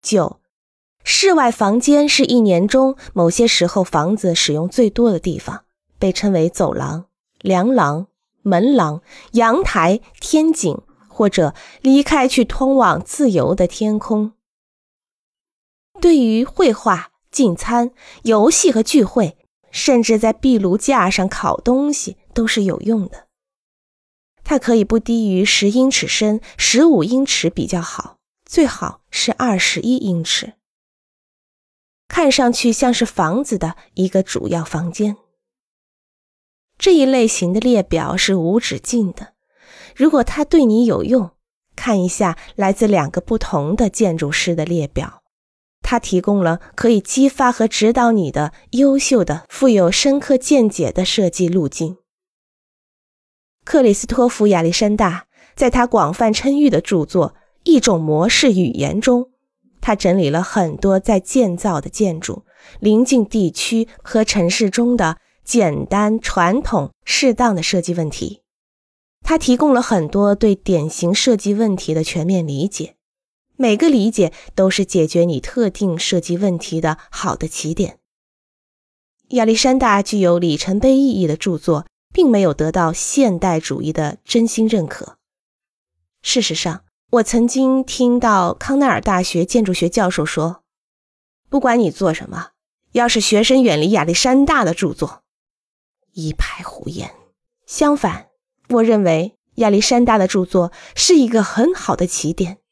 9. 室外房间是一年中某些时候房子使用最多的地方，被称为走廊、梁廊、门廊、阳台、天井，或者离开去通往自由的天空。对于绘画、进餐、游戏和聚会，甚至在壁炉架上烤东西都是有用的。它可以不低于10英尺深，15英尺比较好，最好是21英尺。看上去像是房子的一个主要房间。这一类型的列表是无止境的，如果它对你有用，看一下来自2个不同的建筑师的列表，它提供了可以激发和指导你的优秀的、富有深刻见解的设计路径。克里斯托弗·亚历山大在他广泛称誉的著作《一种模式语言》中，他整理了很多在建造的建筑、邻近地区和城市中的简单、传统、适当的设计问题。他提供了很多对典型设计问题的全面理解，每个理解都是解决你特定设计问题的好的起点。亚历山大具有里程碑意义的著作并没有得到现代主义的真心认可。事实上，我曾经听到康奈尔大学建筑学教授说，不管你做什么，要是学生远离亚历山大的著作，一派胡言。相反，我认为亚历山大的著作是一个很好的起点。